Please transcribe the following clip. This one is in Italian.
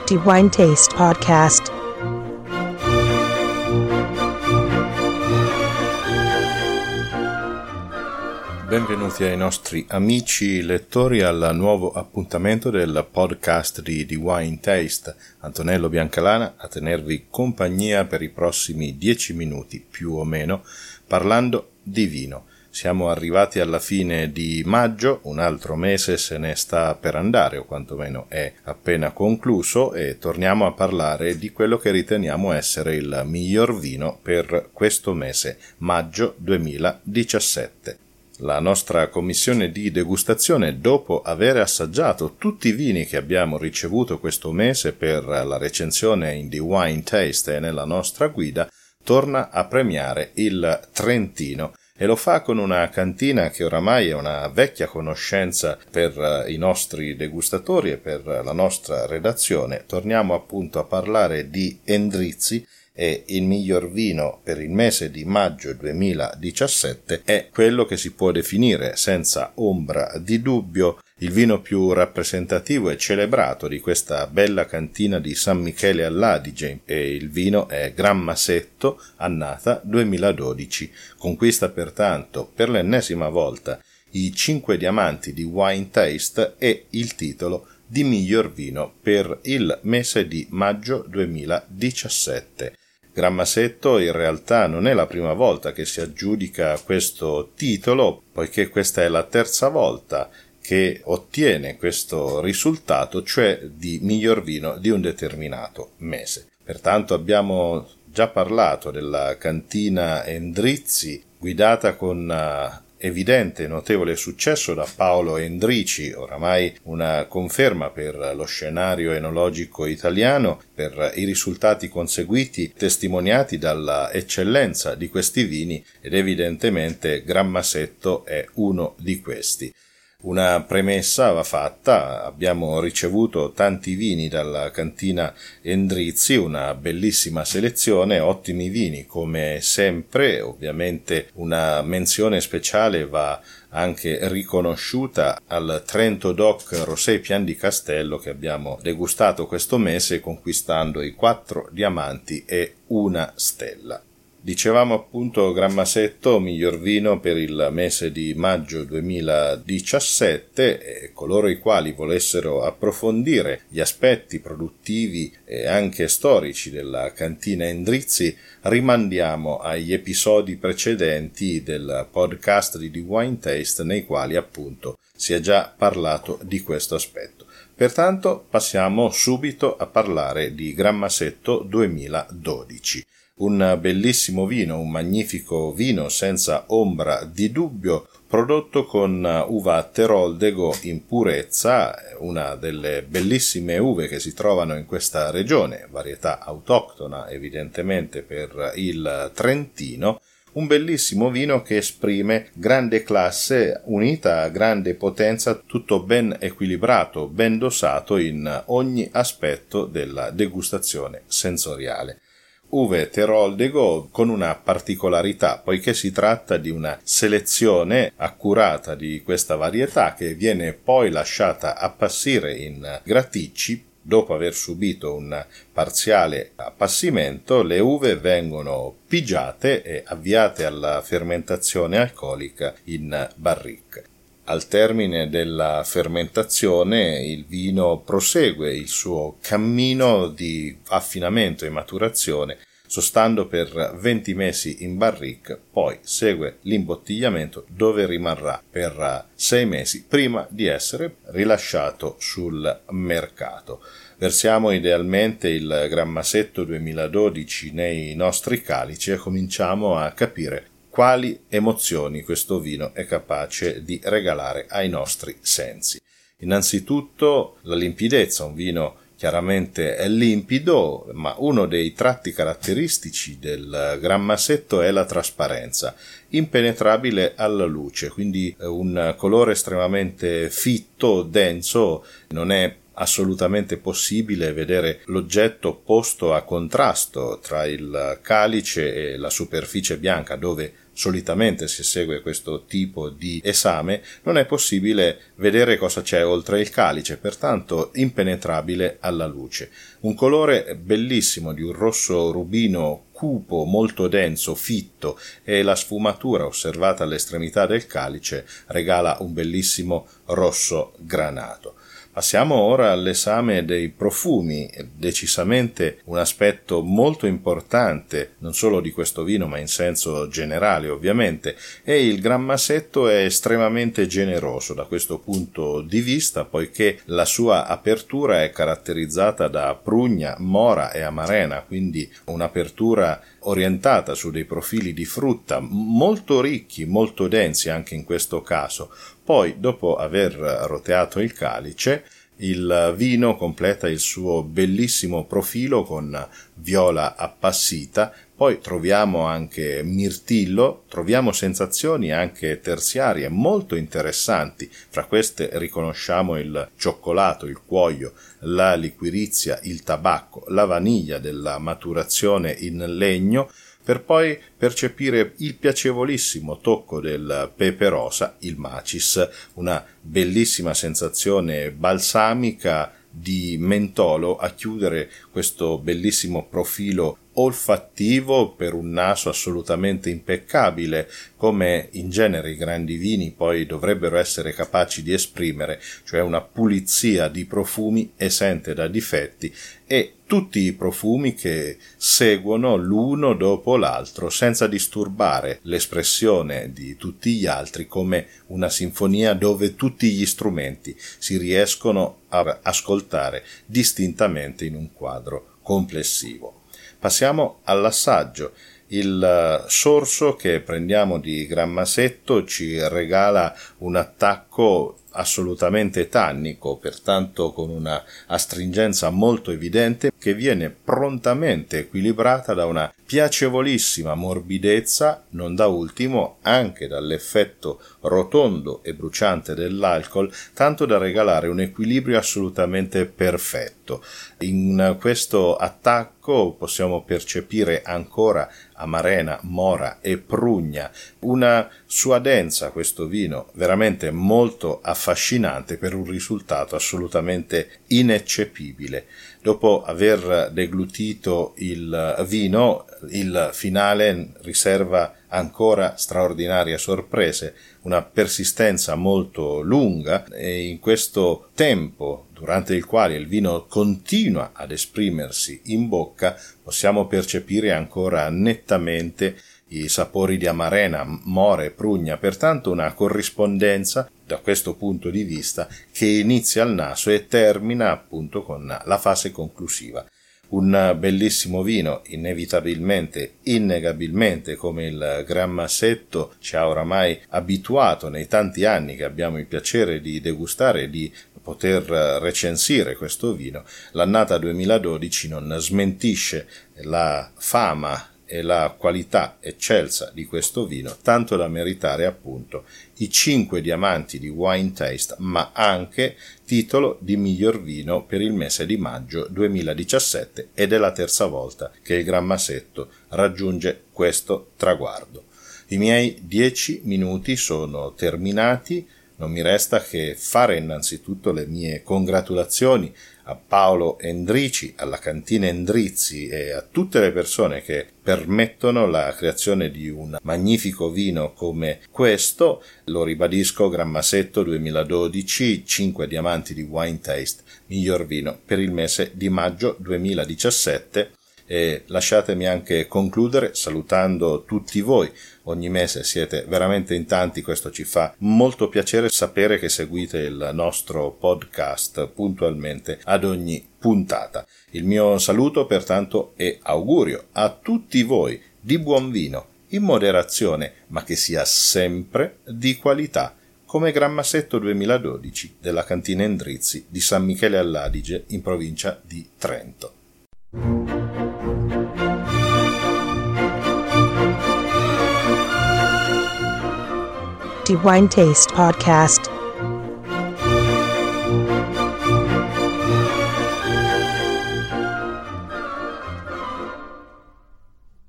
The Wine Taste Podcast. Benvenuti ai nostri amici lettori al nuovo appuntamento del podcast di The Wine Taste. Antonello Biancalana a tenervi compagnia per i prossimi 10 minuti più o meno parlando di vino. Siamo arrivati alla fine di maggio, un altro mese se ne sta per andare o quantomeno è appena concluso e torniamo a parlare di quello che riteniamo essere il miglior vino per questo mese, maggio 2017. La nostra commissione di degustazione, dopo aver assaggiato tutti i vini che abbiamo ricevuto questo mese per la recensione in The Wine Taste e nella nostra guida, torna a premiare il Trentino e lo fa con una cantina che oramai è una vecchia conoscenza per i nostri degustatori e per la nostra redazione. Torniamo appunto a parlare di Endrizzi. E il miglior vino per il mese di maggio 2017 è quello che si può definire senza ombra di dubbio il vino più rappresentativo e celebrato di questa bella cantina di San Michele all'Adige, e il vino è Gran Masetto Annata 2012. Conquista pertanto per l'ennesima volta i 5 diamanti di Wine Taste e il titolo di miglior vino per il mese di maggio 2017. Gran Masetto in realtà non è la prima volta che si aggiudica questo titolo, poiché questa è la terza volta che ottiene questo risultato, cioè di miglior vino di un determinato mese. Pertanto abbiamo già parlato della cantina Endrizzi, guidata con evidente e notevole successo da Paolo Endrici, oramai una conferma per lo scenario enologico italiano, per i risultati conseguiti testimoniati dalla eccellenza di questi vini, ed evidentemente Gran Masetto è uno di questi. Una premessa va fatta: abbiamo ricevuto tanti vini dalla cantina Endrizzi, una bellissima selezione, ottimi vini come sempre. Ovviamente una menzione speciale va anche riconosciuta al Trento DOC Rosé Pian di Castello che abbiamo degustato questo mese, conquistando i 4 diamanti e 1 stella. Dicevamo appunto Gran Masetto, miglior vino per il mese di maggio 2017, e coloro i quali volessero approfondire gli aspetti produttivi e anche storici della cantina Endrizzi rimandiamo agli episodi precedenti del podcast di The Wine Taste, nei quali appunto si è già parlato di questo aspetto. Pertanto passiamo subito a parlare di Gran Masetto 2012. Un bellissimo vino, un magnifico vino senza ombra di dubbio, prodotto con uva Teroldego in purezza, una delle bellissime uve che si trovano in questa regione, varietà autoctona evidentemente per il Trentino. Un bellissimo vino che esprime grande classe unita a grande potenza, tutto ben equilibrato, ben dosato in ogni aspetto della degustazione sensoriale. Uve Teroldego con una particolarità, poiché si tratta di una selezione accurata di questa varietà che viene poi lasciata appassire in graticci. Dopo aver subito un parziale appassimento, le uve vengono pigiate e avviate alla fermentazione alcolica in barrique. Al termine della fermentazione il vino prosegue il suo cammino di affinamento e maturazione, sostando per 20 mesi in barrique, poi segue l'imbottigliamento dove rimarrà per 6 mesi prima di essere rilasciato sul mercato. Versiamo idealmente il Gran Masetto 2012 nei nostri calici e cominciamo a capire quali emozioni questo vino è capace di regalare ai nostri sensi. Innanzitutto la limpidezza, un vino chiaramente è limpido, ma uno dei tratti caratteristici del Gran Masetto è la trasparenza, impenetrabile alla luce, quindi un colore estremamente fitto, denso. Non è assolutamente possibile vedere l'oggetto posto a contrasto tra il calice e la superficie bianca, dove solitamente si segue questo tipo di esame, non è possibile vedere cosa c'è oltre il calice, pertanto impenetrabile alla luce. Un colore bellissimo di un rosso rubino cupo, molto denso, fitto, e la sfumatura osservata all'estremità del calice regala un bellissimo rosso granato. Passiamo ora all'esame dei profumi, decisamente un aspetto molto importante non solo di questo vino ma in senso generale ovviamente, e il Grammasetto è estremamente generoso da questo punto di vista, poiché la sua apertura è caratterizzata da prugna, mora e amarena, quindi un'apertura orientata su dei profili di frutta molto ricchi, molto densi anche in questo caso. Poi, dopo aver roteato il calice, il vino completa il suo bellissimo profilo con viola appassita, poi troviamo anche mirtillo, troviamo sensazioni anche terziarie molto interessanti. Fra queste riconosciamo il cioccolato, il cuoio, la liquirizia, il tabacco, la vaniglia della maturazione in legno, per poi percepire il piacevolissimo tocco del pepe rosa, il macis, una bellissima sensazione balsamica di mentolo a chiudere questo bellissimo profilo olfattivo per un naso assolutamente impeccabile, come in genere i grandi vini poi dovrebbero essere capaci di esprimere, cioè una pulizia di profumi esente da difetti e tutti i profumi che seguono l'uno dopo l'altro senza disturbare l'espressione di tutti gli altri, come una sinfonia dove tutti gli strumenti si riescono a ascoltare distintamente in un quadro complessivo. Passiamo all'assaggio. Il sorso che prendiamo di Grammasetto ci regala un attacco assolutamente tannico, pertanto con una astringenza molto evidente che viene prontamente equilibrata da una piacevolissima morbidezza, non da ultimo anche dall'effetto rotondo e bruciante dell'alcol, tanto da regalare un equilibrio assolutamente perfetto. In questo attacco possiamo percepire ancora amarena, mora e prugna, una suadenza, questo vino veramente molto affascinante per un risultato assolutamente ineccepibile. Dopo aver deglutito il vino, il finale riserva ancora straordinarie sorprese, una persistenza molto lunga, e in questo tempo durante il quale il vino continua ad esprimersi in bocca possiamo percepire ancora nettamente i sapori di amarena, mora e prugna, pertanto una corrispondenza da questo punto di vista che inizia al naso e termina appunto con la fase conclusiva. Un bellissimo vino, inevitabilmente, innegabilmente, come il Grammasetto ci ha oramai abituato nei tanti anni che abbiamo il piacere di degustare e di poter recensire questo vino. L'annata 2012 non smentisce la fama e la qualità eccelsa di questo vino, tanto da meritare appunto i 5 diamanti di Wine Taste, ma anche titolo di miglior vino per il mese di maggio 2017, ed è la terza volta che il Grammasetto raggiunge questo traguardo. I miei 10 minuti sono terminati. Non mi resta che fare innanzitutto le mie congratulazioni a Paolo Endrici, alla cantina Endrizzi e a tutte le persone che permettono la creazione di un magnifico vino come questo. Lo ribadisco, Grammasetto 2012, 5 diamanti di Wine Taste, miglior vino per il mese di maggio 2017. E lasciatemi anche concludere salutando tutti voi. Ogni mese siete veramente in tanti, questo ci fa molto piacere sapere che seguite il nostro podcast puntualmente ad ogni puntata. Il mio saluto pertanto e augurio a tutti voi di buon vino, in moderazione, ma che sia sempre di qualità, come Grammasetto 2012 della cantina Endrizzi di San Michele all'Adige in provincia di Trento. The Wine Taste Podcast.